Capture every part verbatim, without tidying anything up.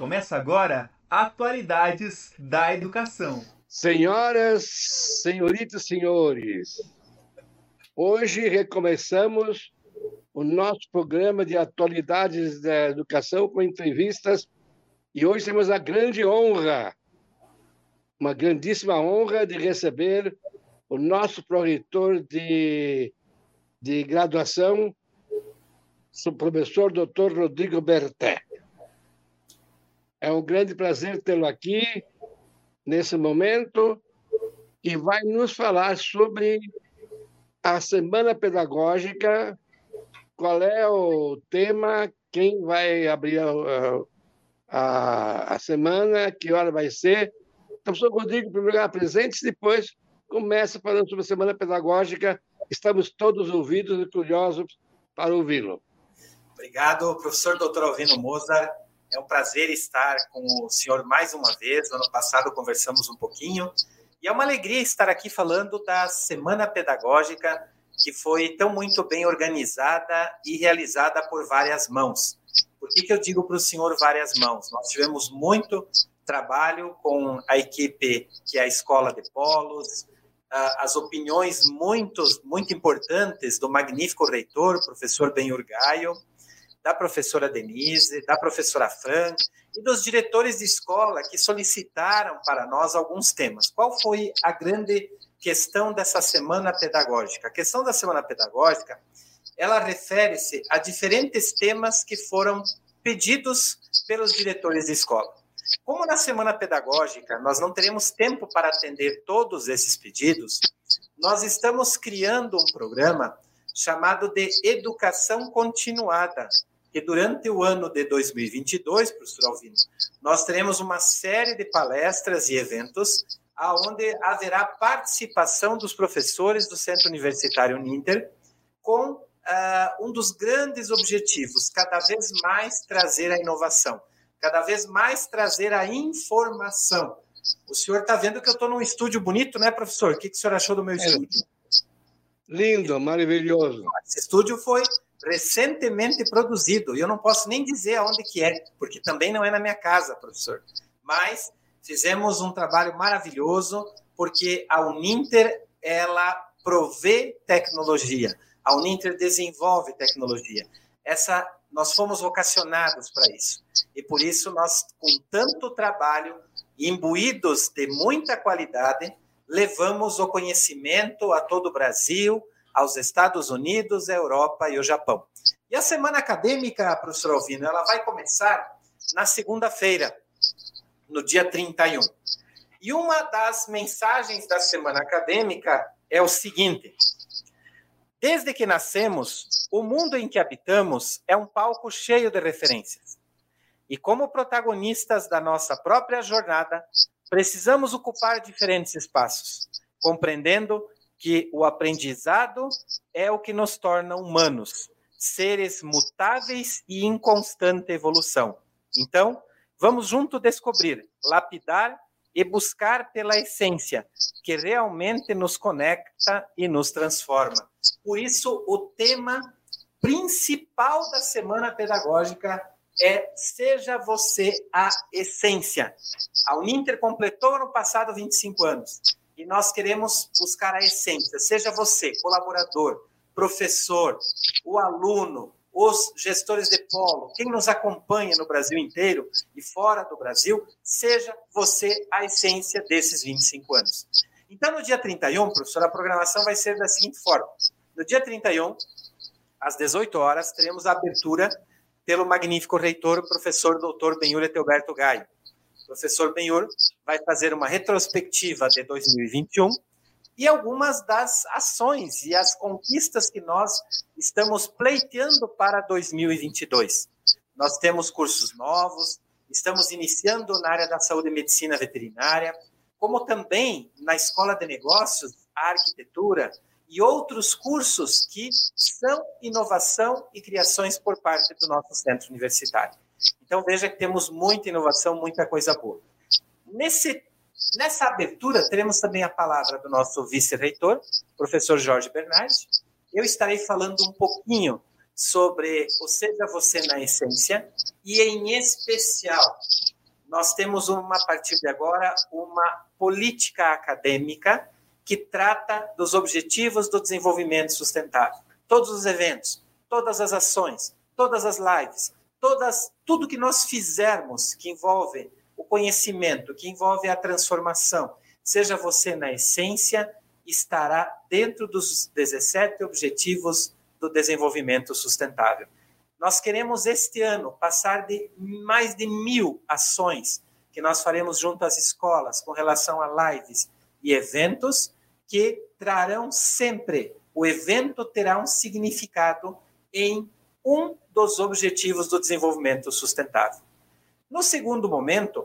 Começa agora Atualidades da Educação. Senhoras, senhoritas, senhores, hoje recomeçamos o nosso programa de Atualidades da Educação com entrevistas e hoje temos a grande honra, uma grandíssima honra de receber o nosso pró-reitor de, de graduação, o professor doutor Rodrigo Berté. É um grande prazer tê-lo aqui nesse momento e vai nos falar sobre a Semana Pedagógica, qual é o tema, quem vai abrir a, a, a semana, que hora vai ser. Então, professor Rodrigo, primeiro lugar, presente, depois começa falando sobre a Semana Pedagógica. Estamos todos ouvidos e curiosos para ouvi-lo. Obrigado, professor doutor Alvino Mozart. É um prazer estar com o senhor mais uma vez. No ano passado conversamos um pouquinho. E é uma alegria estar aqui falando da Semana Pedagógica, que foi tão muito bem organizada e realizada por várias mãos. Por que que eu digo para o senhor várias mãos? Nós tivemos muito trabalho com a equipe que é a Escola de Polos, as opiniões muito, muito importantes do magnífico reitor, professor Benhur Gaio, da professora Denise, da professora Fran e dos diretores de escola que solicitaram para nós alguns temas. Qual foi a grande questão dessa Semana Pedagógica? A questão da Semana Pedagógica, ela refere-se a diferentes temas que foram pedidos pelos diretores de escola. Como na Semana Pedagógica nós não teremos tempo para atender todos esses pedidos, nós estamos criando um programa chamado de Educação Continuada, que durante o ano de dois mil e vinte e dois, professor Alvino, nós teremos uma série de palestras e eventos onde haverá participação dos professores do Centro Universitário Uninter com uh, um dos grandes objetivos, cada vez mais trazer a inovação, cada vez mais trazer a informação. O senhor está vendo que eu estou num estúdio bonito, né, professor? O que, que o senhor achou do meu estúdio? Lindo, maravilhoso. Esse estúdio foi recentemente produzido, e eu não posso nem dizer aonde que é, porque também não é na minha casa, professor. Mas fizemos um trabalho maravilhoso, porque a Uninter, ela provê tecnologia, a Uninter desenvolve tecnologia. Essa, nós fomos vocacionados para isso, e por isso nós, com tanto trabalho, imbuídos de muita qualidade, levamos o conhecimento a todo o Brasil, aos Estados Unidos, a Europa e o Japão. E a semana acadêmica, professor Alvino, ela vai começar na segunda-feira, no dia trinta e um. E uma das mensagens da semana acadêmica é o seguinte: desde que nascemos, o mundo em que habitamos é um palco cheio de referências. E como protagonistas da nossa própria jornada, precisamos ocupar diferentes espaços, compreendendo que o aprendizado é o que nos torna humanos, seres mutáveis e em constante evolução. Então, vamos junto descobrir, lapidar e buscar pela essência, que realmente nos conecta e nos transforma. Por isso, o tema principal da Semana Pedagógica é Seja Você a Essência. A Uninter completou ano passado vinte e cinco anos. E nós queremos buscar a essência. Seja você, colaborador, professor, o aluno, os gestores de polo, quem nos acompanha no Brasil inteiro e fora do Brasil, seja você a essência desses vinte e cinco anos. Então, no dia trinta e um, professor, a programação vai ser da seguinte forma. No dia trinta e um, às dezoito horas, teremos a abertura pelo magnífico reitor, o professor doutor Benhur Etelberto Gaio. O professor Benhur vai fazer uma retrospectiva de dois mil e vinte e um e algumas das ações e as conquistas que nós estamos pleiteando para dois mil e vinte e dois. Nós temos cursos novos, estamos iniciando na área da saúde e medicina veterinária, como também na Escola de Negócios, a arquitetura e outros cursos que são inovação e criações por parte do nosso centro universitário. Então, veja que temos muita inovação, muita coisa boa. Nesse, nessa abertura, teremos também a palavra do nosso vice-reitor, professor Jorge Bernardi. Eu estarei falando um pouquinho sobre o Seja Você na Essência e, em especial, nós temos, uma, a partir de agora, uma política acadêmica que trata dos objetivos do desenvolvimento sustentável. Todos os eventos, todas as ações, todas as lives, todas, tudo que nós fizermos que envolve o conhecimento, que envolve a transformação, seja você na essência, estará dentro dos dezessete Objetivos do Desenvolvimento Sustentável. Nós queremos, este ano, passar de mais de mil ações que nós faremos junto às escolas com relação a lives e eventos que trarão sempre, o evento terá um significado em um dos Objetivos do Desenvolvimento Sustentável. No segundo momento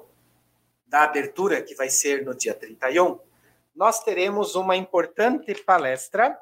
da abertura, que vai ser no dia trinta e um, nós teremos uma importante palestra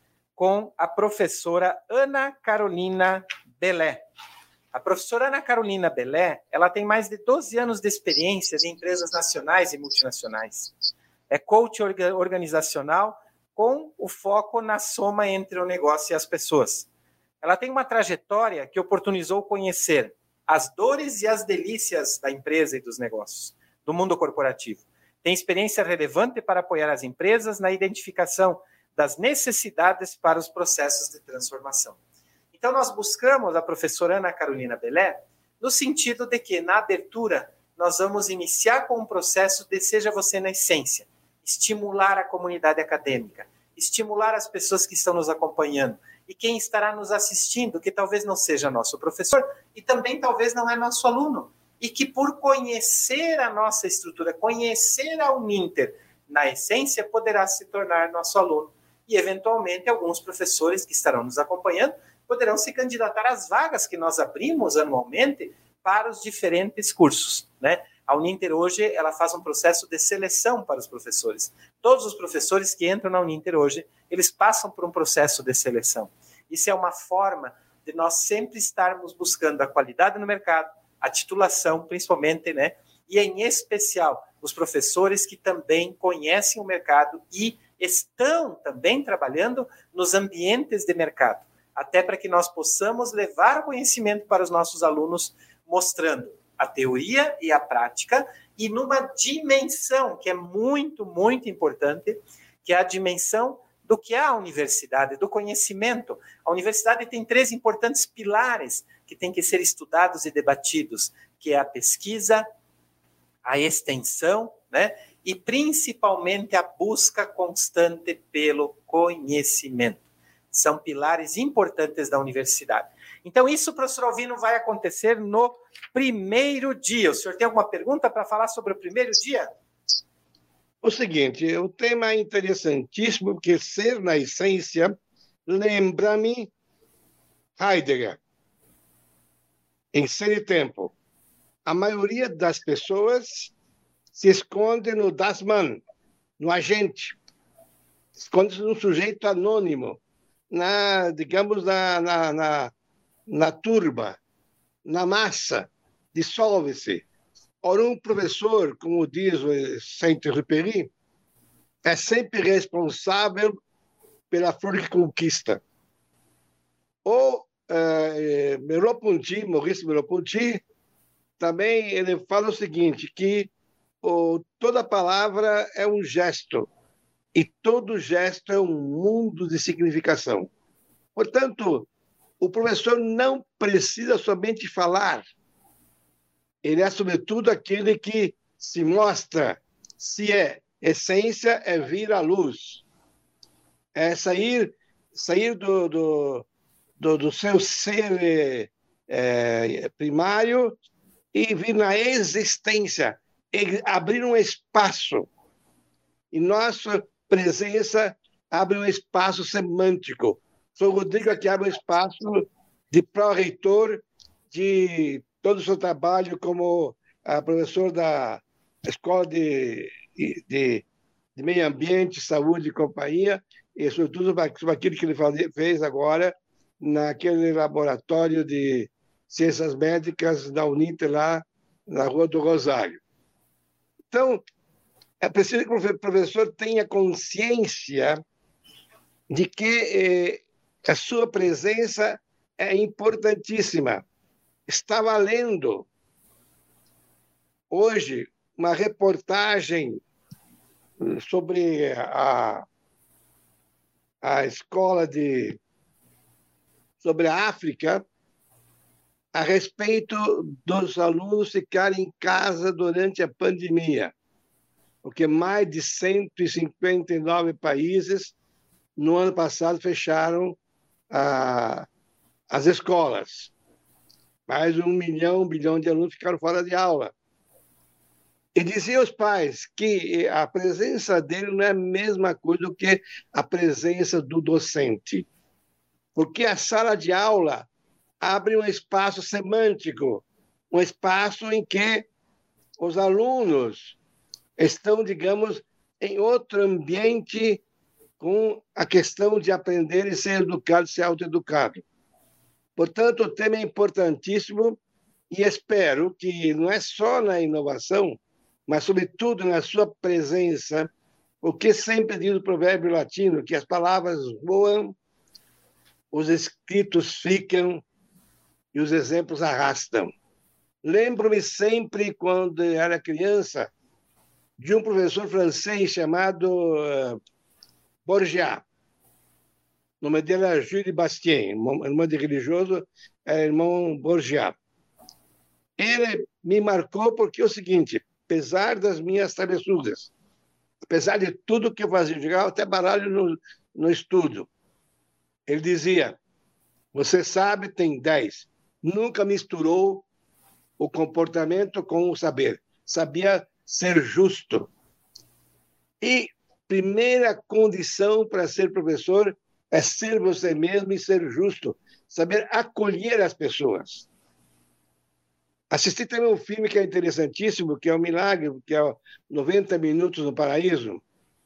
com a professora Ana Carolina Belé. A professora Ana Carolina Belé, ela tem mais de doze anos de experiência em empresas nacionais e multinacionais. É coach organizacional com o foco na soma entre o negócio e as pessoas. Ela tem uma trajetória que oportunizou conhecer as dores e as delícias da empresa e dos negócios, do mundo corporativo. Tem experiência relevante para apoiar as empresas na identificação das necessidades para os processos de transformação. Então, nós buscamos a professora Ana Carolina Belé no sentido de que, na abertura, nós vamos iniciar com um processo de Seja Você na Essência, estimular a comunidade acadêmica, estimular as pessoas que estão nos acompanhando e quem estará nos assistindo, que talvez não seja nosso professor e também talvez não é nosso aluno, e que por conhecer a nossa estrutura, conhecer a Uninter na essência, poderá se tornar nosso aluno. E, eventualmente, alguns professores que estarão nos acompanhando poderão se candidatar às vagas que nós abrimos anualmente para os diferentes cursos, né? A Uninter hoje, ela faz um processo de seleção para os professores. Todos os professores que entram na Uninter hoje, eles passam por um processo de seleção. Isso é uma forma de nós sempre estarmos buscando a qualidade no mercado, a titulação, principalmente, né? E, em especial, os professores que também conhecem o mercado e estão também trabalhando nos ambientes de mercado, até para que nós possamos levar o conhecimento para os nossos alunos, mostrando a teoria e a prática, e numa dimensão que é muito, muito importante, que é a dimensão do que é a universidade, do conhecimento. A universidade tem três importantes pilares que têm que ser estudados e debatidos, que é a pesquisa, a extensão, né? E principalmente a busca constante pelo conhecimento. São pilares importantes da universidade. Então, isso, professor Alvino, vai acontecer no primeiro dia. O senhor tem alguma pergunta para falar sobre o primeiro dia? O seguinte, o tema é interessantíssimo, porque ser na essência lembra-me Heidegger. Em Ser e Tempo, a maioria das pessoas se esconde no das man, no agente, esconde-se num sujeito anônimo, na, digamos, na, na, na, na turba, na massa, dissolve-se. Ora, um professor, como diz o Saint-Exupéry, é sempre responsável pela flor que conquista. Ou Uh, Merleau-Ponty, Maurice Merleau-Ponty, também ele fala o seguinte, que oh, toda palavra é um gesto e todo gesto é um mundo de significação. Portanto, o professor não precisa somente falar, ele é, sobretudo, aquele que se mostra, se é essência, é vir à luz, é sair, sair do... do Do, do seu ser é, primário e vir na existência, e abrir um espaço. E nossa presença abre um espaço semântico. Sou o Rodrigo que abre um espaço de pró-reitor de todo o seu trabalho como a professor da Escola de, de, de Meio Ambiente, Saúde e Companhia, e sobretudo sobre aquilo que ele fez agora naquele laboratório de ciências médicas da Uninter, lá na Rua do Rosário. Então, é preciso que o professor tenha consciência de que eh, a sua presença é importantíssima. Está valendo. hoje uma reportagem sobre a, a escola de sobre a África a respeito dos alunos ficarem em casa durante a pandemia, porque mais de cento e cinquenta e nove países no ano passado fecharam ah, as escolas. Mais de um milhão, um bilhão de alunos ficaram fora de aula. E dizia aos pais que a presença dele não é a mesma coisa do que a presença do docente, porque a sala de aula abre um espaço semântico, um espaço em que os alunos estão, digamos, em outro ambiente com a questão de aprender e ser educado, ser autoeducado. Portanto, o tema é importantíssimo e espero que não é só na inovação, mas, sobretudo, na sua presença, o que sempre diz o provérbio latino, que as palavras voam, os escritos ficam e os exemplos arrastam. Lembro-me sempre, quando era criança, de um professor francês chamado uh, Borgia. O nome dele era Jules Bastien, irmão de religioso, era irmão Borgia. Ele me marcou porque é o seguinte, apesar das minhas travessuras, apesar de tudo que eu fazia, jogava até baralho no, no estudo, ele dizia, você sabe, tem dez. Nunca misturou o comportamento com o saber. Sabia ser justo. E primeira condição para ser professor é ser você mesmo e ser justo. Saber acolher as pessoas. Assisti também um filme que é interessantíssimo, que é o Milagre, que é noventa Minutos no Paraíso.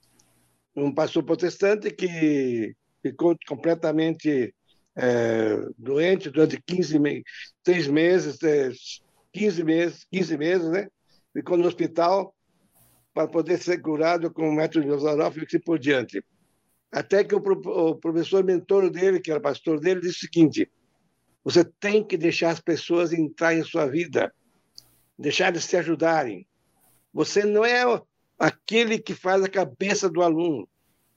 Um pastor protestante que ficou completamente é, doente durante quinze meses, três meses, quinze meses, quinze meses, né? Ficou no hospital para poder ser curado com o método de Osaroff e assim por diante. Até que o, o professor mentor dele, que era pastor dele, disse o seguinte, você tem que deixar as pessoas entrarem em sua vida, deixar eles te ajudarem. Você não é aquele que faz a cabeça do aluno,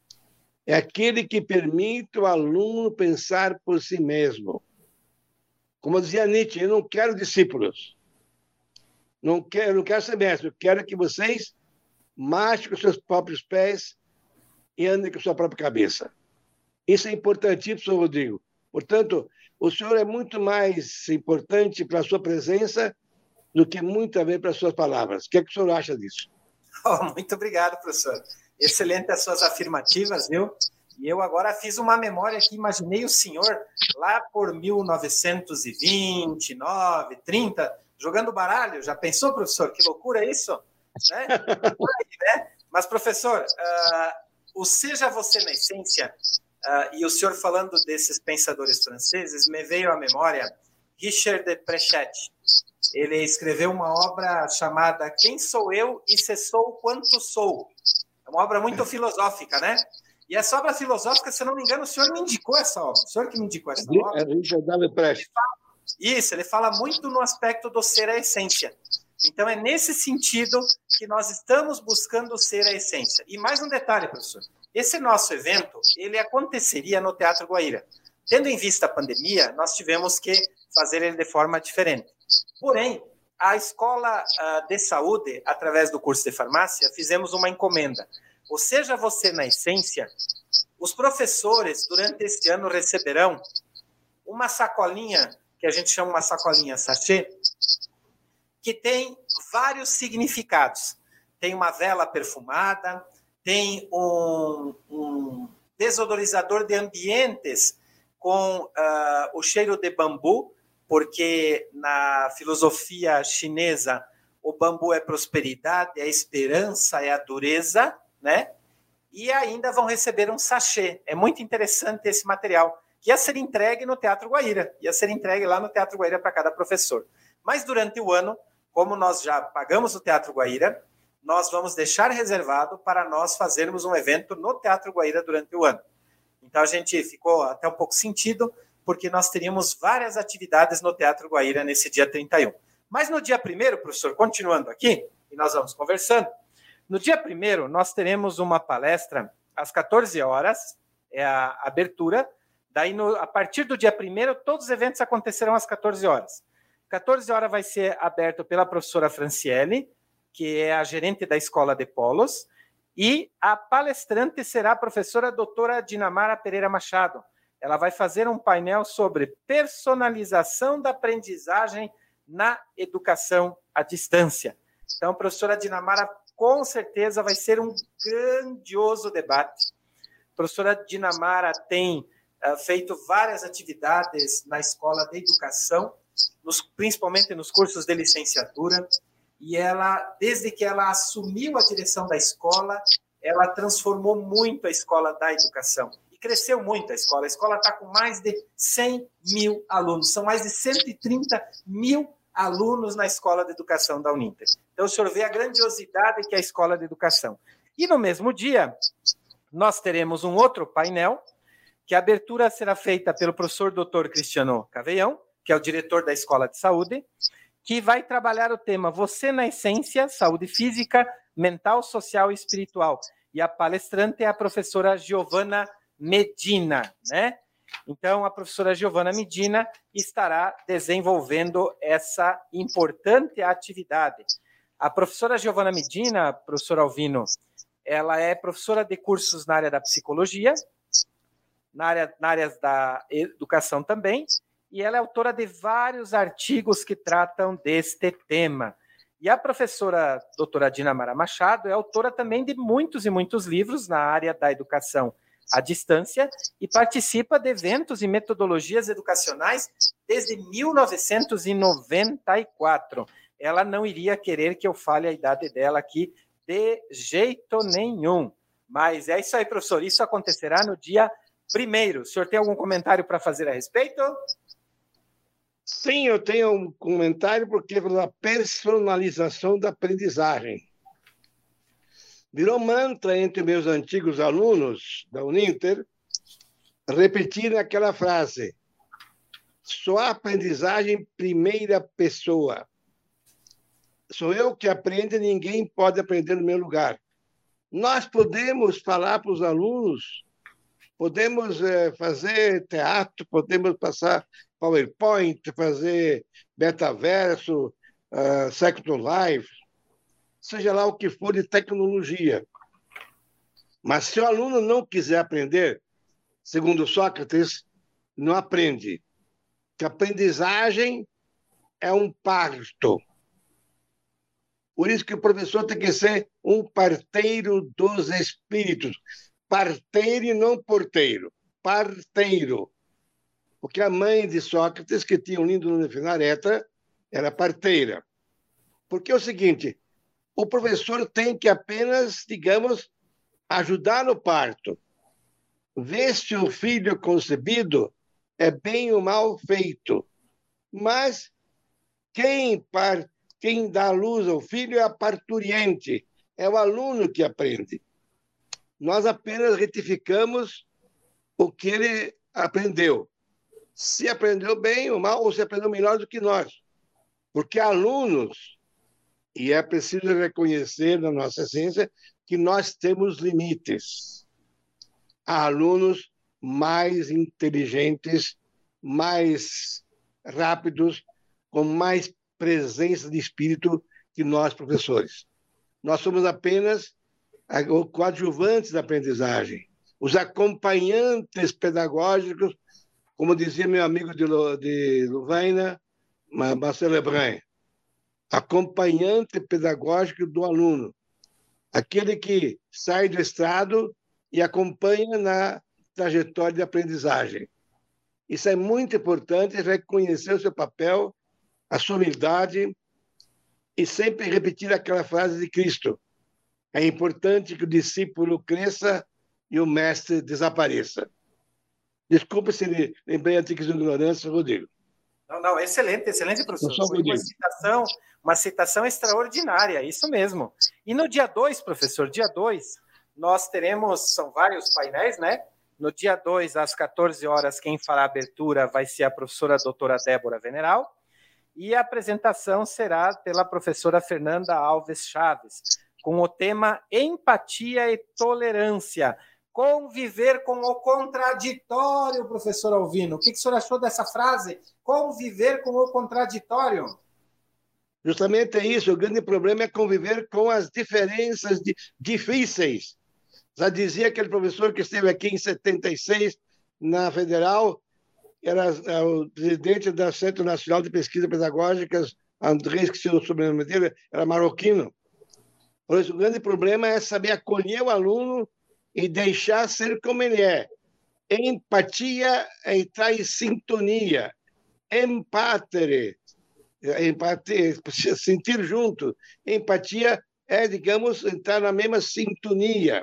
é aquele que permite o aluno pensar por si mesmo. Como dizia Nietzsche, eu não quero discípulos, não quero, não quero ser mestre, eu quero que vocês marchem com seus próprios pés e andem com sua própria cabeça. Isso é importantíssimo, senhor Rodrigo. Portanto, o senhor é muito mais importante para a sua presença do que muitas vezes para as suas palavras. O que é que o senhor acha disso? Oh, muito obrigado, professor. Excelente as suas afirmativas, viu? E eu agora fiz uma memória aqui, imaginei o senhor lá por mil novecentos e vinte e nove, trinta, jogando baralho. Já pensou, professor? Que loucura isso? Né? né? Mas, professor, uh, o Seja Você na Essência, uh, e o senhor falando desses pensadores franceses, me veio à memória Richard de Préchet. Ele escreveu uma obra chamada Quem Sou Eu e Se Sou Quanto Sou. É uma obra muito filosófica, né? E essa obra filosófica, se eu não me engano, o senhor me indicou essa obra. O senhor que me indicou essa obra. É Richard de Préchet. Isso, ele fala muito no aspecto do ser a essência. Então, é nesse sentido que nós estamos buscando ser a essência. E mais um detalhe, professor. Esse nosso evento, ele aconteceria no Teatro Guaíra. Tendo em vista a pandemia, nós tivemos que fazer ele de forma diferente. Porém, a Escola uh, de Saúde, através do curso de farmácia, fizemos uma encomenda. Ou seja, você na essência, os professores, durante este ano, receberão uma sacolinha, que a gente chama uma sacolinha sachê, que tem vários significados. Tem uma vela perfumada, tem um, um desodorizador de ambientes com uh, o cheiro de bambu, porque na filosofia chinesa o bambu é prosperidade, é esperança, é a dureza, né? E ainda vão receber um sachê. É muito interessante esse material, que ia ser entregue no Teatro Guaíra, ia ser entregue lá no Teatro Guaíra para cada professor. Mas durante o ano, como nós já pagamos o Teatro Guaíra, nós vamos deixar reservado para nós fazermos um evento no Teatro Guaíra durante o ano. Então a gente ficou até um pouco sentido, porque nós teríamos várias atividades no Teatro Guaíra nesse dia trinta e um. Mas no dia primeiro, professor, continuando aqui, e nós vamos conversando, no dia primeiro nós teremos uma palestra às quatorze horas, é a abertura, daí no, a partir do dia primeiro todos os eventos acontecerão às quatorze horas. quatorze horas vai ser aberto pela professora Franciele, que é a gerente da Escola de Polos, e a palestrante será a professora doutora Dinamara Pereira Machado. Ela vai fazer um painel sobre personalização da aprendizagem na educação à distância. Então, a professora Dinamara, com certeza, vai ser um grandioso debate. A professora Dinamara tem uh, feito várias atividades na Escola de Educação, nos, principalmente nos cursos de licenciatura, e ela, desde que ela assumiu a direção da escola, ela transformou muito a Escola da Educação. E cresceu muito a escola. A escola está com mais de cem mil alunos. São mais de cento e trinta mil alunos na Escola de Educação da Uninter. Então, o senhor vê a grandiosidade que é a Escola de Educação. E no mesmo dia, nós teremos um outro painel, que a abertura será feita pelo professor doutor Cristiano Caveião, que é o diretor da Escola de Saúde, que vai trabalhar o tema Você na Essência, Saúde Física, Mental, Social e Espiritual. E a palestrante é a professora Giovana Medina, né? Então, a professora Giovana Medina estará desenvolvendo essa importante atividade. A professora Giovana Medina, professor Alvino, ela é professora de cursos na área da psicologia, na área, na área da educação também, e ela é autora de vários artigos que tratam deste tema. E a professora doutora Dinamara Machado é autora também de muitos e muitos livros na área da educação à distância e participa de eventos e metodologias educacionais desde mil novecentos e noventa e quatro. Ela não iria querer que eu fale a idade dela aqui de jeito nenhum. Mas é isso aí, professor. Isso acontecerá no dia primeiro. O senhor tem algum comentário para fazer a respeito? Sim, eu tenho um comentário porque pela personalização da aprendizagem. Virou mantra entre meus antigos alunos da Uninter repetir aquela frase: só aprendizagem primeira pessoa. Sou eu que aprendo, ninguém pode aprender no meu lugar. Nós podemos falar para os alunos, podemos é, fazer teatro, podemos passar PowerPoint, fazer metaverso, uh, Second Life, seja lá o que for de tecnologia. Mas se o aluno não quiser aprender, segundo Sócrates, não aprende. Que a aprendizagem é um parto. Por isso que o professor tem que ser um parteiro dos espíritos. Parteiro e não porteiro. Parteiro. Porque a mãe de Sócrates, que tinha um lindo nome final, Etra, era parteira. Porque é o seguinte, o professor tem que apenas, digamos, ajudar no parto. Ver se o filho concebido é bem ou mal feito. Mas quem, par, quem dá luz ao filho é a parturiente, é o aluno que aprende. Nós apenas retificamos o que ele aprendeu. Se aprendeu bem ou mal, ou se aprendeu melhor do que nós. Porque alunos, e é preciso reconhecer na nossa ciência que nós temos limites. Há alunos mais inteligentes, mais rápidos, com mais presença de espírito que nós, professores. Nós somos apenas os coadjuvantes da aprendizagem, os acompanhantes pedagógicos, como dizia meu amigo de, de Louvaina, Marcelo Lebrun, acompanhante pedagógico do aluno, aquele que sai do estrado e acompanha na trajetória de aprendizagem. Isso é muito importante, reconhecer o seu papel, a sua humildade e sempre repetir aquela frase de Cristo: é importante que o discípulo cresça e o mestre desapareça. Desculpe se lembrei antigos de ignorância, Rodrigo. Não, não, excelente, excelente, professor. Foi uma citação, uma citação extraordinária, isso mesmo. E no dia dois, professor, dia dois, nós teremos, são vários painéis, né? No dia dois, às quatorze horas, quem fará a abertura vai ser a professora doutora Débora Veneral. e a apresentação será pela professora Fernanda Alves Chaves, com o tema Empatia e Tolerância. Conviver com o contraditório, professor Alvino. O que, que o senhor achou dessa frase? Conviver com o contraditório. Justamente é isso. O grande problema é conviver com as diferenças de, difíceis. Já dizia aquele professor que esteve aqui em setenta e seis, na Federal, era o presidente do Centro Nacional de Pesquisas Pedagógicas, Andrés, que se o sobrenome dele, era marroquino. Por isso, o grande problema é saber acolher o aluno e deixar ser como ele é. Empatia é entrar em sintonia. Empatere. Empatia, sentir junto. Empatia é, digamos, entrar na mesma sintonia.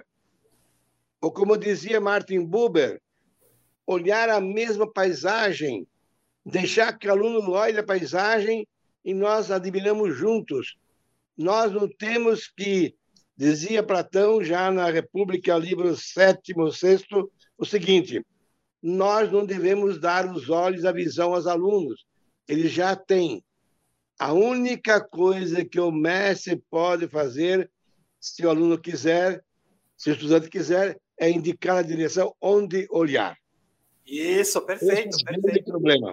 Ou como dizia Martin Buber, olhar a mesma paisagem, deixar que o aluno olhe a paisagem e nós admiramos juntos. Nós não temos que, dizia Platão já na República, livro sétimo, sexto, o seguinte: nós não devemos dar os olhos, a visão aos alunos. Eles já têm. A única coisa que o mestre pode fazer, se o aluno quiser, se o estudante quiser, é indicar a direção onde olhar. Isso, perfeito, Esse é o perfeito. problema.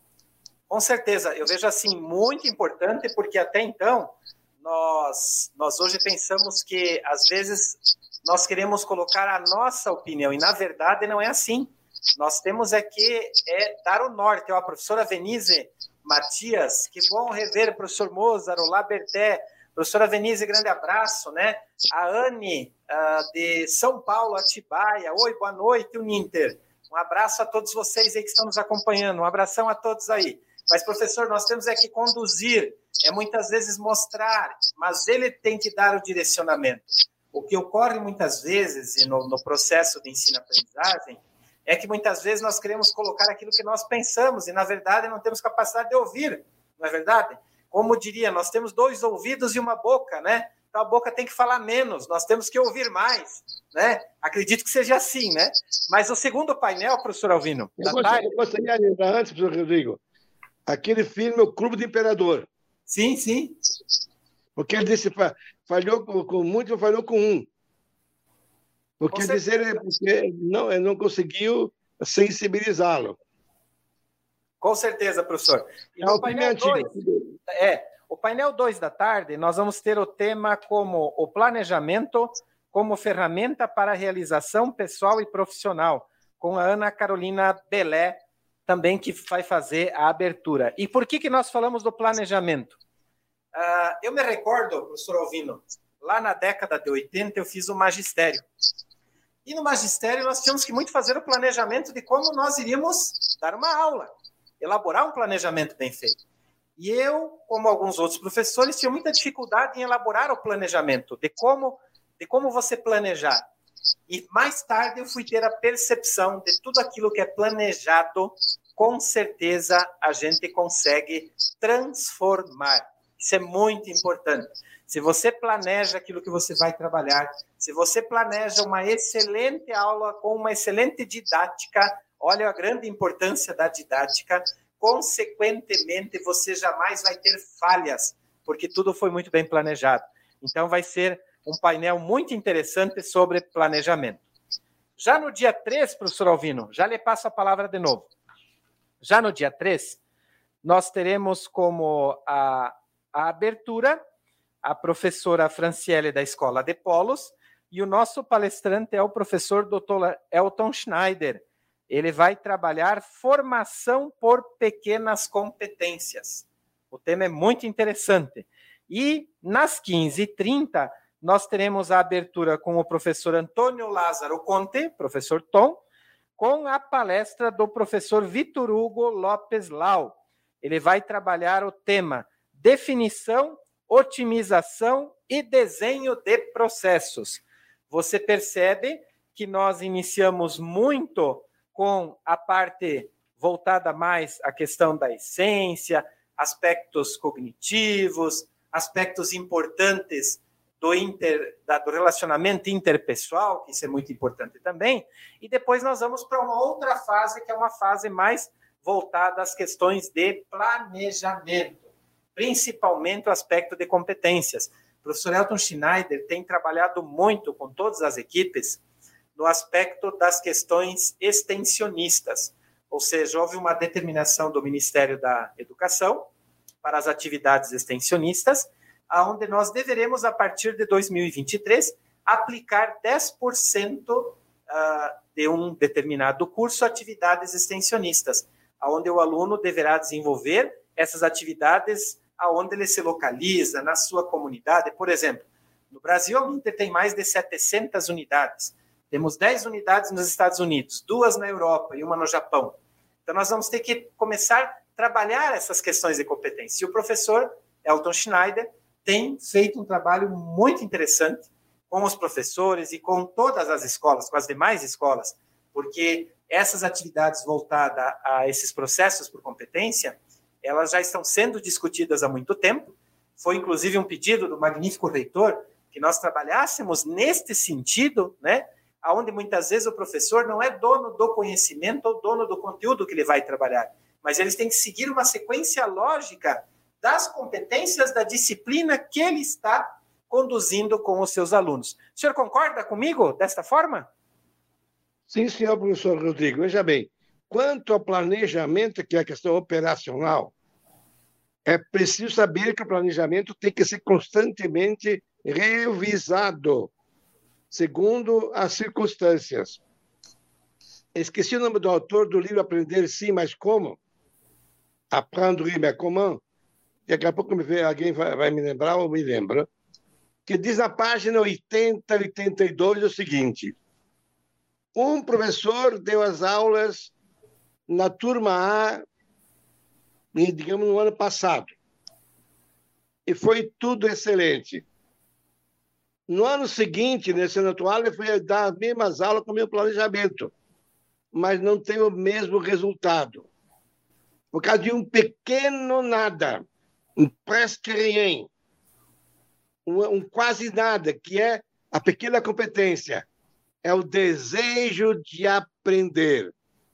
Com certeza, eu vejo assim, muito importante, porque até então, nós, nós hoje pensamos que, às vezes, nós queremos colocar a nossa opinião, e na verdade não é assim. Nós temos é que é dar o norte. Ó, a professora Venise Matias, que bom rever, professor Mozart, olá Berté, professora Venise, grande abraço, né? A Anne, uh, de São Paulo, Atibaia, oi, boa noite, Uninter. Um abraço a todos vocês aí que estão nos acompanhando, um abração a todos aí. Mas, professor, nós temos é que conduzir, é muitas vezes mostrar, mas ele tem que dar o direcionamento. O que ocorre muitas vezes no, no processo de ensino-aprendizagem é que muitas vezes nós queremos colocar aquilo que nós pensamos e, na verdade, não temos capacidade de ouvir, não é verdade? Como diria, nós temos dois ouvidos e uma boca, né? Então a boca tem que falar menos, nós temos que ouvir mais, né? Acredito que seja assim, né? Mas o segundo painel, professor Alvino... Eu gostaria, eu gostaria de lembrar antes, professor Rodrigo, aquele filme O Clube do Imperador. Sim, sim. Porque ele disse, falhou com, com muito, falhou com um. Porque Com dizer porque não, não conseguiu sensibilizá-lo. Com certeza, professor. E é no o painel dois, é, o painel dois da tarde, nós vamos ter o tema como o planejamento como ferramenta para a realização pessoal e profissional, com a Ana Carolina Belé, também que vai fazer a abertura. E por que, que nós falamos do planejamento? Uh, eu me recordo, professor Alvino, lá na década de oitenta eu fiz o magistério. E no magistério nós tínhamos que muito fazer o planejamento de como nós iríamos dar uma aula, elaborar um planejamento bem feito. E eu, como alguns outros professores, tinha muita dificuldade em elaborar o planejamento, de como, de como você planejar. E mais tarde eu fui ter a percepção de tudo aquilo que é planejado, com certeza a gente consegue transformar. Isso é muito importante. Se você planeja aquilo que você vai trabalhar, se você planeja uma excelente aula com uma excelente didática, olha a grande importância da didática, consequentemente você jamais vai ter falhas, porque tudo foi muito bem planejado. Então vai ser um painel muito interessante sobre planejamento. Já no dia três, professor Alvino, já lhe passo a palavra de novo. Já no dia três, nós teremos como a, a abertura a professora Franciele da Escola de Polos, e o nosso palestrante é o professor doutor Elton Schneider. Ele vai trabalhar formação por pequenas competências. O tema é muito interessante. E nas quinze e trinta, nós teremos a abertura com o professor Antônio Lázaro Conte, professor Tom, com a palestra do professor Vitor Hugo Lopes Lau. Ele vai trabalhar o tema definição, otimização e desenho de processos. Você percebe que nós iniciamos muito com a parte voltada mais à questão da essência, aspectos cognitivos, aspectos importantes do, inter, da, do relacionamento interpessoal, que isso é muito importante também, e depois nós vamos para uma outra fase, que é uma fase mais voltada às questões de planejamento, principalmente o aspecto de competências. O professor Elton Schneider tem trabalhado muito com todas as equipes no aspecto das questões extensionistas, ou seja, houve uma determinação do Ministério da Educação para as atividades extensionistas, onde nós deveremos, a partir de dois mil e vinte e três, aplicar dez por cento de um determinado curso a atividades extensionistas, onde o aluno deverá desenvolver essas atividades aonde ele se localiza, na sua comunidade. Por exemplo, no Brasil, a Uninter tem mais de setecentas unidades. Temos dez unidades nos Estados Unidos, duas na Europa e uma no Japão. Então, nós vamos ter que começar a trabalhar essas questões de competência. E o professor Elton Schneider tem feito um trabalho muito interessante com os professores e com todas as escolas, com as demais escolas, porque essas atividades voltadas a esses processos por competência, elas já estão sendo discutidas há muito tempo. Foi, inclusive, um pedido do magnífico reitor que nós trabalhássemos neste sentido, né? Onde muitas vezes o professor não é dono do conhecimento ou dono do conteúdo que ele vai trabalhar, mas eles têm que seguir uma sequência lógica das competências da disciplina que ele está conduzindo com os seus alunos. O senhor concorda comigo desta forma? Sim, senhor professor Rodrigo. Veja bem, quanto ao planejamento, que é a questão operacional, é preciso saber que o planejamento tem que ser constantemente revisado, segundo as circunstâncias. Esqueci o nome do autor do livro Aprender Sim, Mas Como? Apprendre mais comment? Daqui a pouco me vê, alguém vai, vai me lembrar ou me lembra, que diz na página oitenta, oitenta e dois o seguinte: um professor deu as aulas na turma A, digamos, no ano passado, e foi tudo excelente. No ano seguinte, nesse ano atual, ele foi dar as mesmas aulas com o meu planejamento, mas não tem o mesmo resultado. Por causa de um pequeno nada, um presque rien, um, um quase nada, que é a pequena competência, é o desejo de aprender.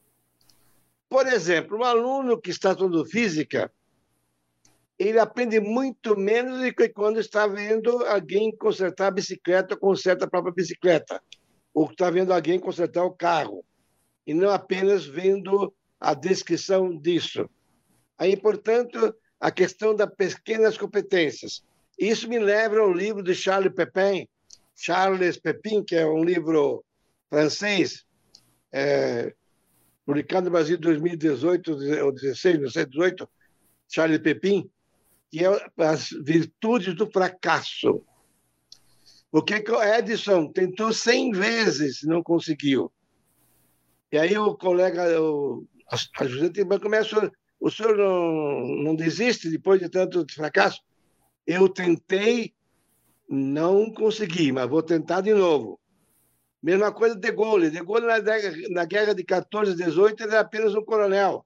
Por exemplo, um aluno que está estudando física, ele aprende muito menos do que quando está vendo alguém consertar a bicicleta, conserta a própria bicicleta, ou está vendo alguém consertar o carro, e não apenas vendo a descrição disso. Aí, portanto, a questão das pequenas competências. Isso me leva ao livro de Charles Pepin, Charles Pepin, que é um livro francês, é, publicado no Brasil em dois mil e dezoito ou dezesseis, não sei, dezoito, Charles Pepin, que é as virtudes do fracasso. Porque Edison tentou cem vezes, não conseguiu. E aí o colega, o ajudante começa, o senhor não, não desiste depois de tanto fracasso? Eu tentei, não consegui, mas vou tentar de novo. Mesma coisa de Gaulle. De Gaulle, na, na guerra de quatorze a dezoito, ele era apenas um coronel.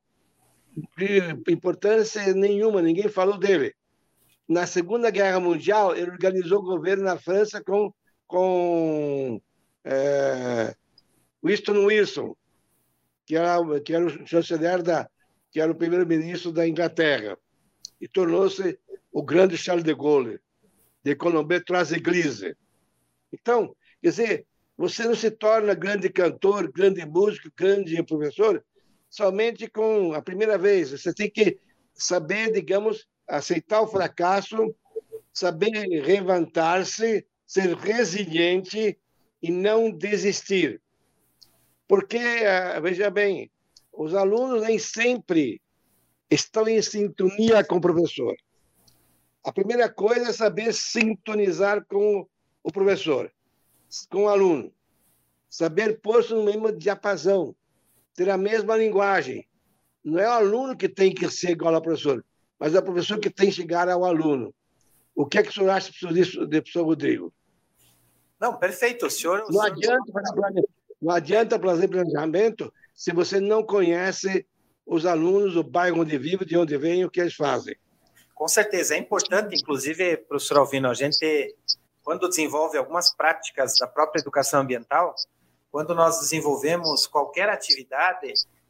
Importância nenhuma, ninguém falou dele. Na Segunda Guerra Mundial, ele organizou o governo na França com, com é, Winston Wilson, que era, que era o chanceler da, que era o primeiro-ministro da Inglaterra, e tornou-se o grande Charles de Gaulle, de Colombe Trois Églises. Então, quer dizer, você não se torna grande cantor, grande músico, grande professor somente com a primeira vez. Você tem que saber, digamos, aceitar o fracasso, saber levantar-se, ser resiliente e não desistir. Porque, veja bem, os alunos nem sempre estão em sintonia com o professor. A primeira coisa é saber sintonizar com o professor, com o aluno. Saber pôr-se no mesmo diapasão, ter a mesma linguagem. Não é o aluno que tem que ser igual ao professor, mas é o professor que tem que chegar ao aluno. O que é que o senhor acha disso, professor Rodrigo? Não, perfeito. O senhor... O não, senhor... Adianta, não adianta fazer planejamento se você não conhece os alunos, o bairro onde vivem, de onde vêm e o que eles fazem. Com certeza. É importante, inclusive, professor Alvino, a gente, quando desenvolve algumas práticas da própria educação ambiental, quando nós desenvolvemos qualquer atividade,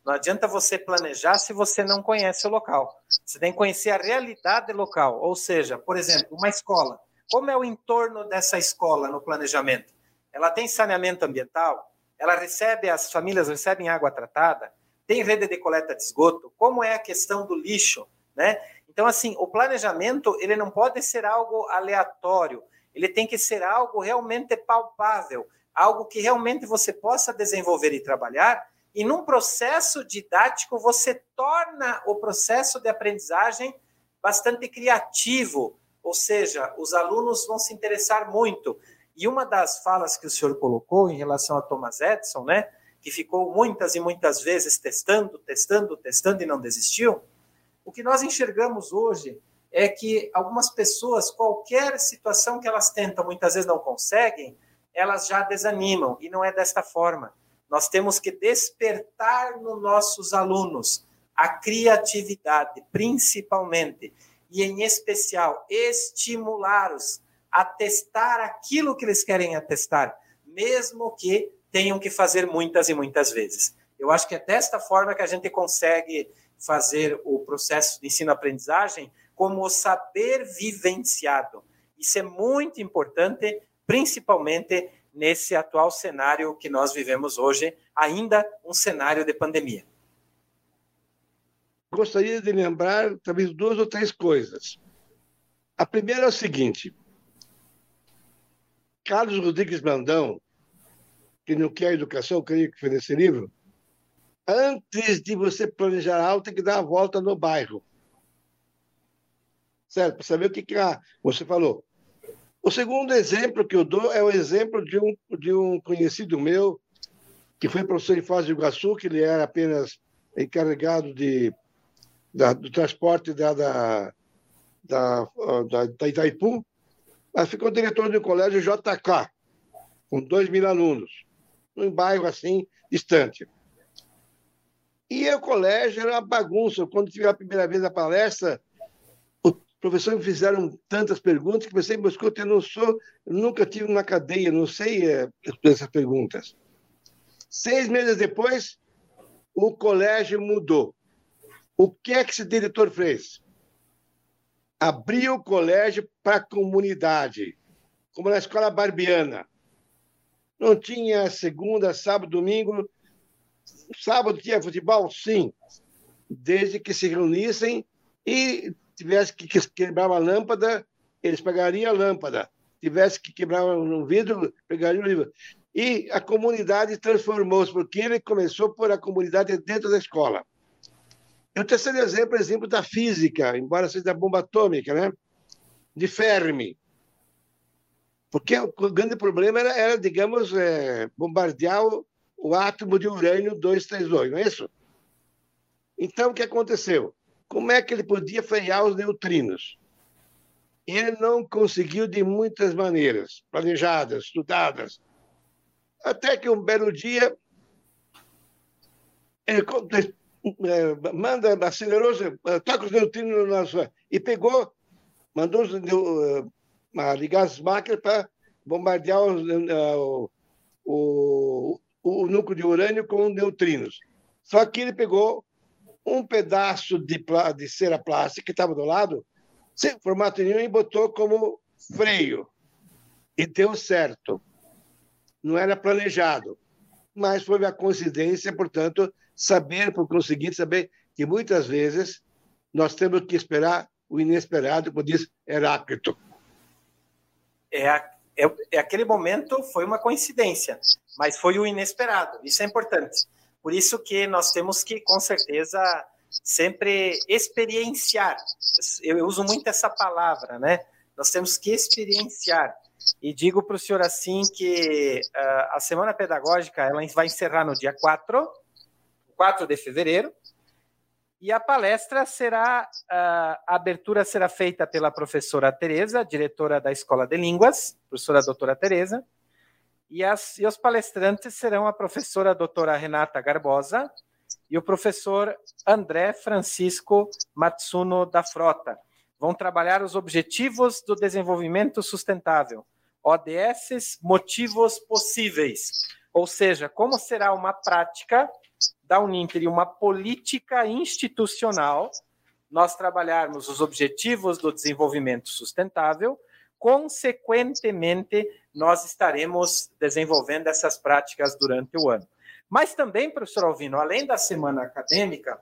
Não adianta você planejar se você não conhece o local. Você tem que conhecer a realidade local. Ou seja, por exemplo, uma escola. Como é o entorno dessa escola no planejamento? Ela tem saneamento ambiental? Ela recebe, as famílias recebem água tratada? Tem rede de coleta de esgoto? Como é a questão do lixo? Né? Então, assim, o planejamento ele não pode ser algo aleatório. Ele tem que ser algo realmente palpável. Algo que realmente você possa desenvolver e trabalhar. E num processo didático, você torna o processo de aprendizagem bastante criativo. Ou seja, os alunos vão se interessar muito. E uma das falas que o senhor colocou em relação a Thomas Edison, né, que ficou muitas e muitas vezes testando, testando, testando e não desistiu, o que nós enxergamos hoje é que algumas pessoas, qualquer situação que elas tentam, muitas vezes não conseguem, elas já desanimam. E não é desta forma. Nós temos que despertar nos nossos alunos a criatividade, principalmente, e em especial, estimulá-los a testar aquilo que eles querem atestar, mesmo que tenham que fazer muitas e muitas vezes. Eu acho que é desta forma que a gente consegue fazer o processo de ensino-aprendizagem como o saber vivenciado. Isso é muito importante, principalmente nesse atual cenário que nós vivemos hoje, ainda um cenário de pandemia. Gostaria de lembrar talvez duas ou três coisas. A primeira é o seguinte: Carlos Rodrigues Brandão, que não quer educação, creio que foi nesse livro, antes de você planejar algo, tem que dar a volta no bairro. Certo? Para saber o que, que ah, você falou. O segundo exemplo que eu dou é o exemplo de um, de um conhecido meu, que foi professor em Foz do Iguaçu, que ele era apenas encarregado de, da, do transporte da, da, da, da, da Itaipu, mas ficou diretor do colégio J K, com dois mil alunos, num bairro assim, distante. E o colégio era uma bagunça. Quando tive a primeira vez a palestra, professores me fizeram tantas perguntas que pensei, mas escuta, eu não sou, eu nunca tive na cadeia, não sei é, essas perguntas. Seis meses depois, o colégio mudou. O que é que esse diretor fez? Abriu o colégio para a comunidade, como na escola barbiana. Não tinha segunda, sábado, domingo. Sábado tinha futebol? Sim. Desde que se reunissem e tivesse que quebrar uma lâmpada, eles pegariam a lâmpada. Tivesse que quebrar um vidro, pegariam o livro. E a comunidade transformou-se, porque ele começou por a comunidade dentro da escola. E o terceiro exemplo é o exemplo da física, embora seja da bomba atômica, né? De Fermi. Porque o grande problema era, era digamos, é, bombardear o, o átomo de urânio duzentos e trinta e dois, não é isso? Então, o que aconteceu? Como é que ele podia frear os neutrinos? Ele não conseguiu de muitas maneiras, planejadas, estudadas. Até que um belo dia, ele manda, acelerou, toca os neutrinos na sua... E pegou, mandou ligar as máquinas para bombardear o, o, o núcleo de urânio com neutrinos. Só que ele pegou um pedaço de, de cera plástica que estava do lado, sem formato nenhum, e botou como freio. E deu certo. Não era planejado, mas foi uma coincidência, portanto, saber, por conseguinte, saber que muitas vezes nós temos que esperar o inesperado, como diz Heráclito. É, é, é aquele momento foi uma coincidência, mas foi o inesperado. Isso é importante. Por isso que nós temos que, com certeza, sempre experienciar. Eu uso muito essa palavra, né? Nós temos que experienciar. E digo para o senhor assim que uh, a Semana Pedagógica ela vai encerrar no dia quatro, quatro de fevereiro, e a palestra será, uh, a abertura será feita pela professora Tereza, diretora da Escola de Línguas, professora doutora Tereza, E, as, e os palestrantes serão a professora doutora Renata Garbosa e o professor André Francisco Matsuno da Frota. Vão trabalhar os Objetivos do Desenvolvimento Sustentável, O D S, Motivos Possíveis. Ou seja, como será uma prática da Uninter e uma política institucional, nós trabalharmos os objetivos do desenvolvimento sustentável, consequentemente, nós estaremos desenvolvendo essas práticas durante o ano. Mas também, professor Alvino, além da semana acadêmica,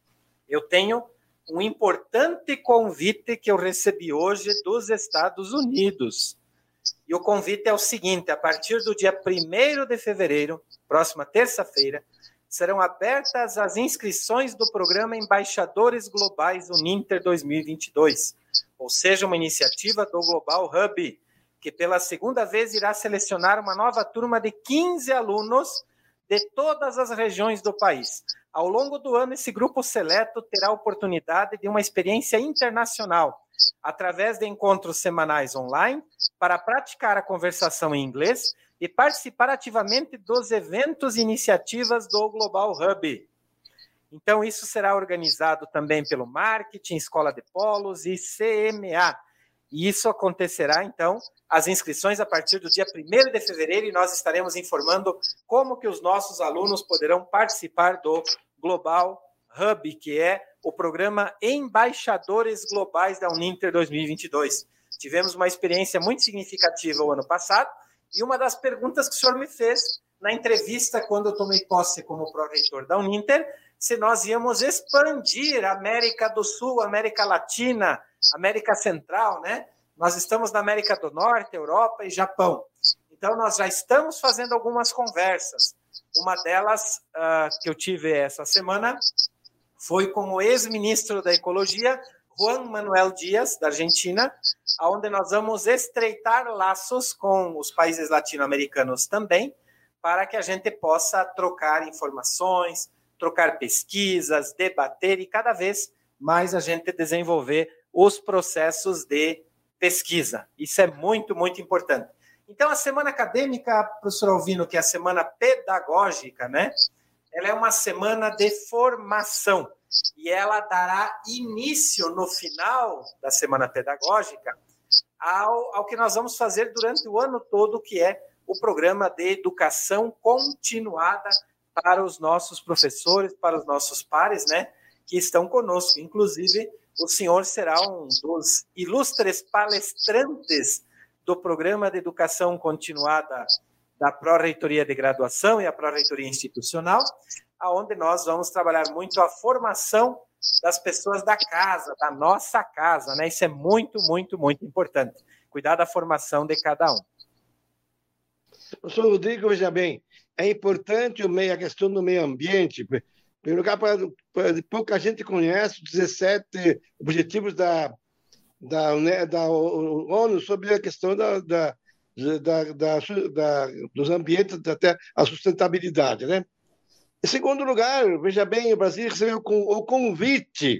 eu tenho um importante convite que eu recebi hoje dos Estados Unidos. E o convite é o seguinte: a partir do dia primeiro de fevereiro, próxima terça-feira, serão abertas as inscrições do programa Embaixadores Globais Uninter dois mil e vinte e dois, ou seja, uma iniciativa do Global Hub, que pela segunda vez irá selecionar uma nova turma de quinze alunos de todas as regiões do país. Ao longo do ano, esse grupo seleto terá a oportunidade de uma experiência internacional, através de encontros semanais online, para praticar a conversação em inglês e participar ativamente dos eventos e iniciativas do Global Hub. Então, isso será organizado também pelo Marketing, Escola de Polos e C M A. E isso acontecerá, então, as inscrições a partir do dia primeiro de fevereiro, e nós estaremos informando como que os nossos alunos poderão participar do Global Hub, que é o programa Embaixadores Globais da Uninter dois mil e vinte e dois. Tivemos uma experiência muito significativa o ano passado, e uma das perguntas que o senhor me fez na entrevista, quando eu tomei posse como pró-reitor da Uninter, se nós íamos expandir a América do Sul, América Latina, América Central, né? Nós estamos na América do Norte, Europa e Japão. Então, nós já estamos fazendo algumas conversas. Uma delas, uh, que eu tive essa semana, foi com o ex-ministro da Ecologia, Juan Manuel Dias, da Argentina, onde nós vamos estreitar laços com os países latino-americanos também, para que a gente possa trocar informações, trocar pesquisas, debater e cada vez mais a gente desenvolver os processos de pesquisa. Isso é muito, muito importante. Então, a semana acadêmica, professor Alvino, que é a semana pedagógica, né? Ela é uma semana de formação e ela dará início no final da semana pedagógica ao, ao que nós vamos fazer durante o ano todo, que é o programa de educação continuada para os nossos professores, para os nossos pares, né, que estão conosco. Inclusive, o senhor será um dos ilustres palestrantes do programa de educação continuada da Pró-Reitoria de Graduação e a Pró-Reitoria Institucional, onde nós vamos trabalhar muito a formação das pessoas da casa, da nossa casa, né? Isso é muito, muito, muito importante. Cuidar da formação de cada um. Professor Rodrigo, veja bem, é importante o meio, a questão do meio ambiente. Em lugar para, para pouca gente conhece os dezessete objetivos da, da, da ONU sobre a questão da, da, da, da, da, dos ambientes, até a sustentabilidade, né? Em segundo lugar, veja bem, o Brasil recebeu o convite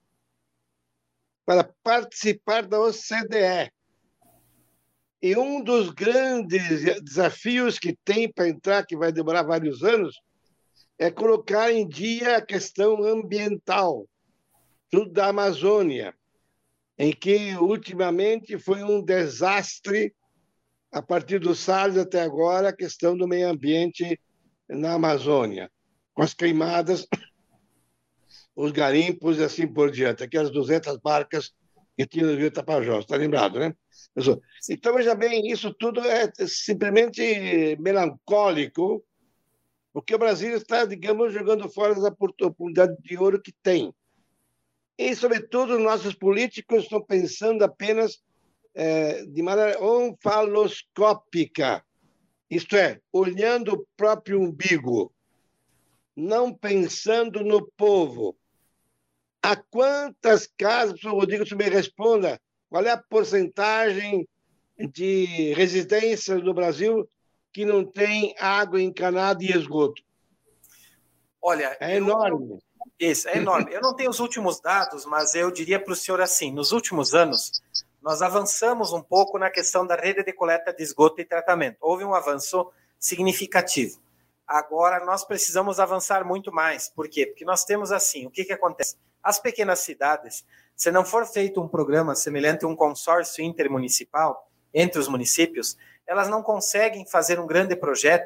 para participar da O C D E. E um dos grandes desafios que tem para entrar, que vai demorar vários anos, é colocar em dia a questão ambiental, tudo da Amazônia, em que ultimamente foi um desastre, a partir do Salles até agora, a questão do meio ambiente na Amazônia, com as queimadas, os garimpos e assim por diante, aquelas duzentas barcas que tinha no Rio Tapajós, está lembrado, né? Então, veja bem, isso tudo é simplesmente melancólico, porque o Brasil está, digamos, jogando fora da oportunidade de ouro que tem. E, sobretudo, nossos políticos estão pensando apenas é, de maneira onfaloscópica, isto é, olhando o próprio umbigo, não pensando no povo. A quantas casas, professor Rodrigo, você me responda, qual é a porcentagem de residências no Brasil que não tem água encanada e esgoto? Olha, é eu... enorme. Isso, é enorme. Eu não tenho os últimos dados, mas eu diria para o senhor assim, nos últimos anos, nós avançamos um pouco na questão da rede de coleta de esgoto e tratamento. Houve um avanço significativo. Agora, nós precisamos avançar muito mais. Por quê? Porque nós temos assim, o que, que acontece? As pequenas cidades, se não for feito um programa semelhante a um consórcio intermunicipal entre os municípios, elas não conseguem fazer um grande projeto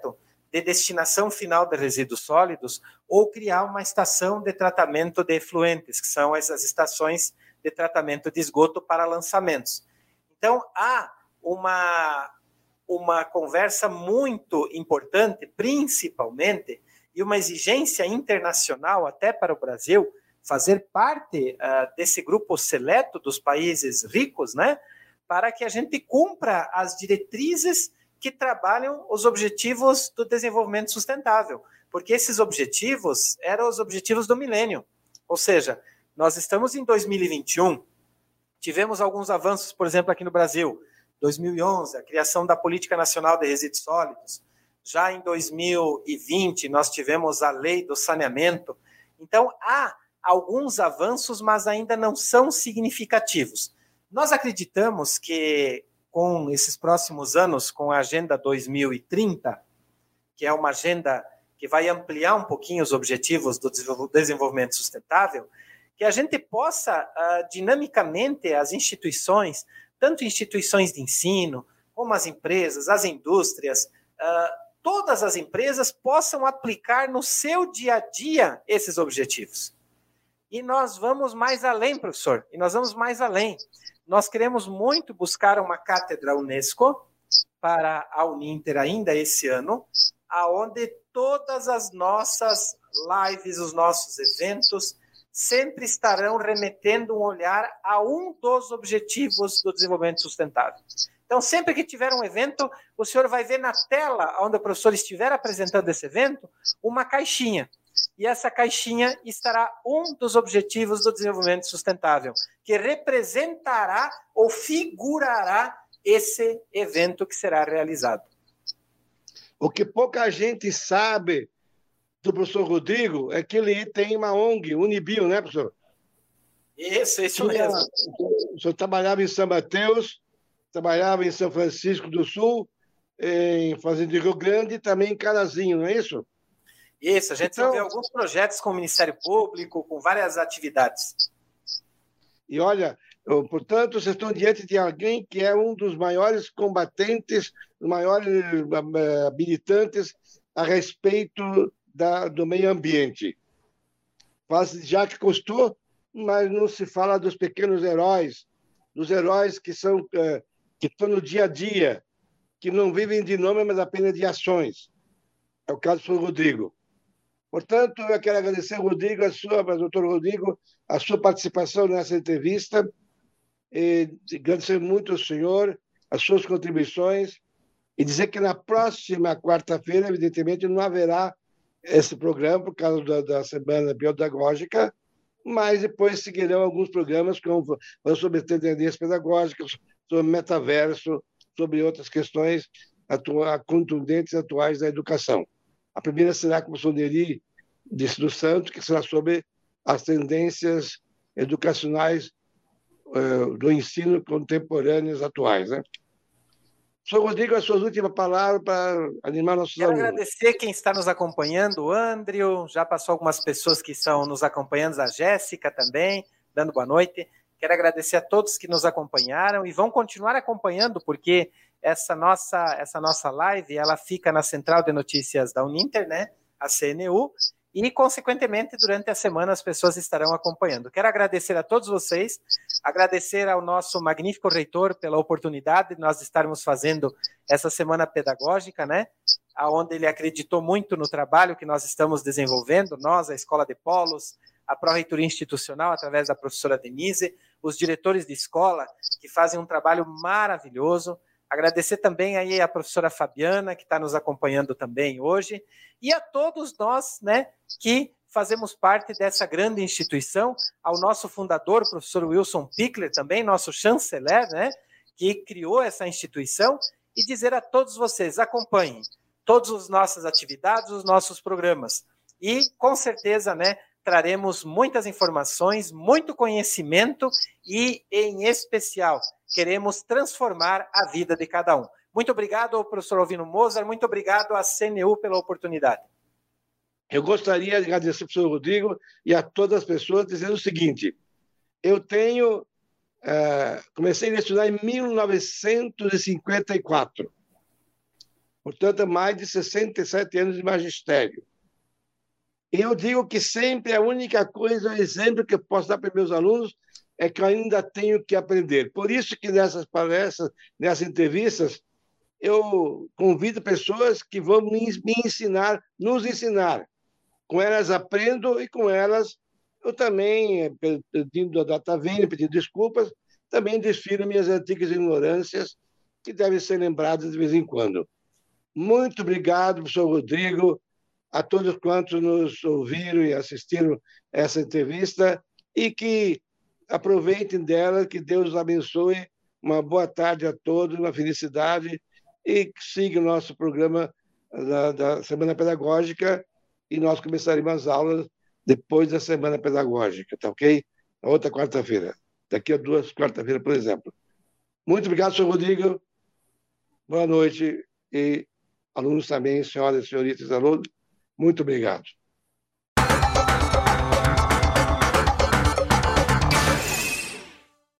de destinação final de resíduos sólidos ou criar uma estação de tratamento de efluentes, que são essas estações de tratamento de esgoto para lançamentos. Então, há uma, uma conversa muito importante, principalmente, e uma exigência internacional até para o Brasil, fazer parte uh, desse grupo seleto dos países ricos, né, para que a gente cumpra as diretrizes que trabalham os objetivos do desenvolvimento sustentável, porque esses objetivos eram os objetivos do milênio. Ou seja, nós estamos em dois mil e vinte e um, tivemos alguns avanços, por exemplo, aqui no Brasil, dois mil e onze, a criação da Política Nacional de Resíduos Sólidos. Já em dois mil e vinte, nós tivemos a Lei do Saneamento. Então, há alguns avanços, mas ainda não são significativos. Nós acreditamos que, com esses próximos anos, com a Agenda dois mil e trinta, que é uma agenda que vai ampliar um pouquinho os objetivos do desenvolvimento sustentável, que a gente possa, uh, dinamicamente, as instituições, tanto instituições de ensino, como as empresas, as indústrias, uh, todas as empresas possam aplicar no seu dia a dia esses objetivos. E nós vamos mais além, professor, e nós vamos mais além. Nós queremos muito buscar uma cátedra Unesco para a Uninter ainda esse ano, aonde todas as nossas lives, os nossos eventos, sempre estarão remetendo um olhar a um dos objetivos do desenvolvimento sustentável. Então, sempre que tiver um evento, o senhor vai ver na tela, onde o professor estiver apresentando esse evento, uma caixinha. E essa caixinha estará um dos objetivos do desenvolvimento sustentável, que representará ou figurará esse evento que será realizado. O que pouca gente sabe do professor Rodrigo é que ele tem uma O N G, Unibio, né, professor? Isso, isso mesmo. O senhor trabalhava em São Mateus, trabalhava em São Francisco do Sul, em Fazenda de Rio Grande e também em Carazinho, não é isso? Isso, a gente então, vê alguns projetos com o Ministério Público, com várias atividades. E olha, portanto, vocês estão diante de alguém que é um dos maiores combatentes, dos maiores militantes a respeito da, do meio ambiente. Faz já que custou, mas não se fala dos pequenos heróis, dos heróis que são que estão no dia a dia, que não vivem de nome, mas apenas de ações. É o caso do Rodrigo. Portanto, eu quero agradecer, Rodrigo, a sua, doutor Rodrigo, a sua participação nessa entrevista, e agradecer muito ao senhor, as suas contribuições, e dizer que na próxima quarta-feira, evidentemente, não haverá esse programa por causa da, da Semana Biopedagógica, mas depois seguirão alguns programas como sobre tendências pedagógicas, sobre metaverso, sobre outras questões atua, contundentes e atuais da educação. A primeira será com o professor Neri disse do Santo, que será sobre as tendências educacionais uh, do ensino contemporâneos atuais, né? Professor Rodrigo, as suas últimas palavras para animar nossos Quero alunos. Quero agradecer quem está nos acompanhando, o Andrew, já passou algumas pessoas que estão nos acompanhando, a Jéssica também, dando boa noite. Quero agradecer a todos que nos acompanharam e vão continuar acompanhando, porque essa nossa, essa nossa live, ela fica na Central de Notícias da Uninter, né, a C N U, e, consequentemente, durante a semana as pessoas estarão acompanhando. Quero agradecer a todos vocês, agradecer ao nosso magnífico reitor pela oportunidade de nós estarmos fazendo essa semana pedagógica, né, onde ele acreditou muito no trabalho que nós estamos desenvolvendo, nós, a Escola de Polos, a Pró-Reitoria Institucional, através da professora Denise, os diretores de escola, que fazem um trabalho maravilhoso. Agradecer também aí a professora Fabiana, que está nos acompanhando também hoje, e a todos nós, né, que fazemos parte dessa grande instituição, ao nosso fundador, professor Wilson Pickler, também nosso chanceler, né, que criou essa instituição, e dizer a todos vocês, acompanhem todas as nossas atividades, os nossos programas, e com certeza, né, traremos muitas informações, muito conhecimento e, em especial, queremos transformar a vida de cada um. Muito obrigado ao professor Alvino Mozart, muito obrigado à C N U pela oportunidade. Eu gostaria de agradecer ao professor Rodrigo e a todas as pessoas, dizendo o seguinte, eu tenho, uh, comecei a lecionar em mil novecentos e cinquenta e quatro, portanto, mais de sessenta e sete anos de magistério. E eu digo que sempre a única coisa, o exemplo que eu posso dar para meus alunos é que eu ainda tenho que aprender. Por isso que nessas palestras, nessas entrevistas, eu convido pessoas que vão me ensinar, nos ensinar. Com elas aprendo e com elas eu também, pedindo a data vênia, pedindo desculpas, também desfilo minhas antigas ignorâncias que devem ser lembradas de vez em quando. Muito obrigado, professor Rodrigo, a todos quantos nos ouviram e assistiram essa entrevista e que aproveitem dela, que Deus os abençoe. Uma boa tarde a todos, uma felicidade e siga o nosso programa da, da Semana Pedagógica e nós começaremos as aulas depois da Semana Pedagógica, tá ok? Na outra quarta-feira, daqui a duas quarta-feiras, por exemplo. Muito obrigado, senhor Rodrigo. Boa noite e alunos também, senhoras e senhoritas alunos. Muito obrigado.